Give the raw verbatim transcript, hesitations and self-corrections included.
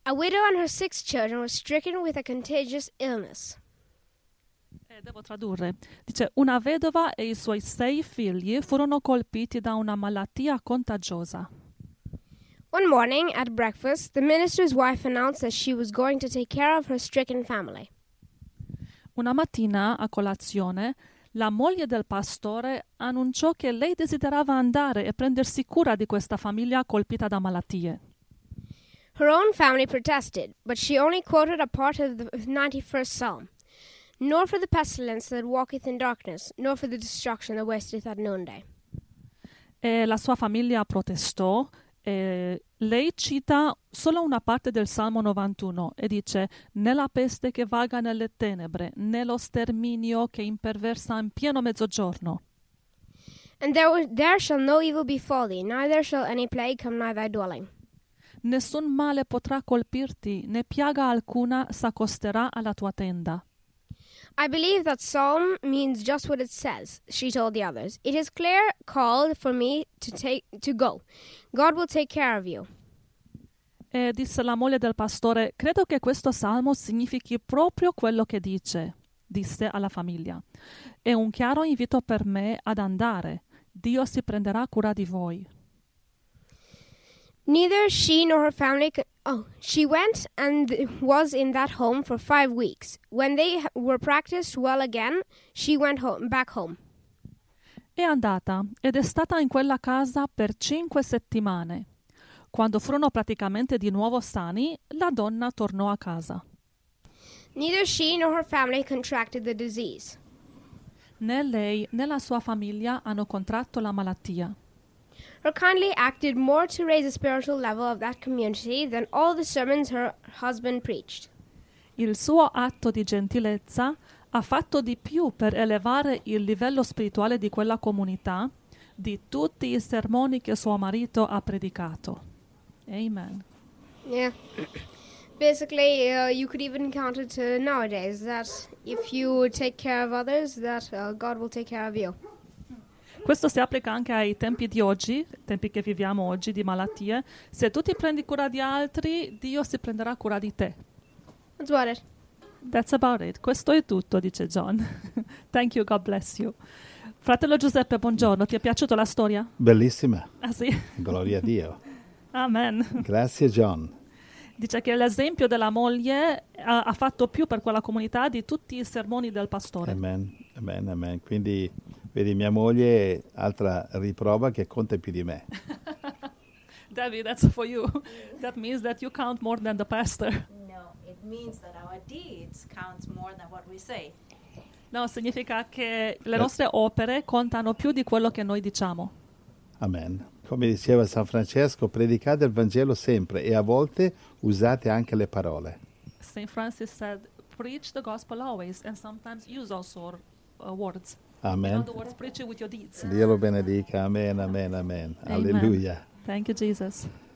A widow and her six children were stricken with a contagious illness. Eh, devo tradurre. Dice, una vedova e i suoi sei figli furono colpiti da una malattia contagiosa. One morning at breakfast, the minister's wife announced that she was going to take care of her stricken family. Una mattina, a colazione, la moglie del pastore annunciò che lei desiderava andare e prendersi cura di questa famiglia colpita da malattie. Her own family protested, but she only quoted a part of the ninety-first Psalm. Nor for the pestilence that walketh in darkness, nor for the destruction that wasteth at noonday. E la sua famiglia protestò. E lei cita solo una parte del Salmo novantuno e dice: né la peste che vaga nelle tenebre, né lo sterminio che imperversa in pieno mezzogiorno. And there, was, there shall no evil befall thee, neither shall any plague come nigh thy dwelling. Nessun male potrà colpirti, né piaga alcuna s'accosterà alla tua tenda. I believe that psalm means just what it says, she told the others. It is clear call for me to take to go. God will take care of you. E disse la moglie del pastore: credo che questo salmo significhi proprio quello che dice, disse alla famiglia. È un chiaro invito per me ad andare. Dio si prenderà cura di voi. Neither she nor her family could, oh, she went and was in that home for five weeks. When they were practiced well again, she went home, back home. È andata ed è stata in quella casa per cinque settimane. Quando furono praticamente di nuovo sani, la donna tornò a casa. Neither she nor her family contracted the disease. Né lei né la sua famiglia hanno contratto la malattia. Her kindly act did more to raise the spiritual level of that community than all the sermons her husband preached. Il suo atto di gentilezza ha fatto di più per elevare il livello spirituale di quella comunità di tutti i sermoni che suo marito ha predicato. Amen. Yeah. Basically, uh, you could even count it uh, nowadays that if you take care of others, that uh, God will take care of you. Questo si applica anche ai tempi di oggi, tempi che viviamo oggi di malattie. Se tu ti prendi cura di altri, Dio si prenderà cura di te. That's about it. That's about it. Questo è tutto, dice John. Thank you, God bless you. Fratello Giuseppe, buongiorno. Ti è piaciuta la storia? Bellissima. Ah sì? Gloria a Dio. Amen. Grazie John. Dice che l'esempio della moglie ha, ha fatto più per quella comunità di tutti i sermoni del pastore. Amen, amen, amen. Quindi, vedi, mia moglie è altra riprova che conta più di me. David, that's for you. That means that you count more than the pastor. No, it means that our deeds count more than what we say. No, significa che le nostre opere contano più di quello che noi diciamo. Amen. Come diceva San Francesco, predicate il Vangelo sempre e a volte usate anche le parole. Saint Francis said, preach the gospel always and sometimes use also uh, words. Amen. In other words, preach it with your deeds. Dio lo benedica. Amen, amen, amen. Amen. Alleluia. Thank you, Jesus.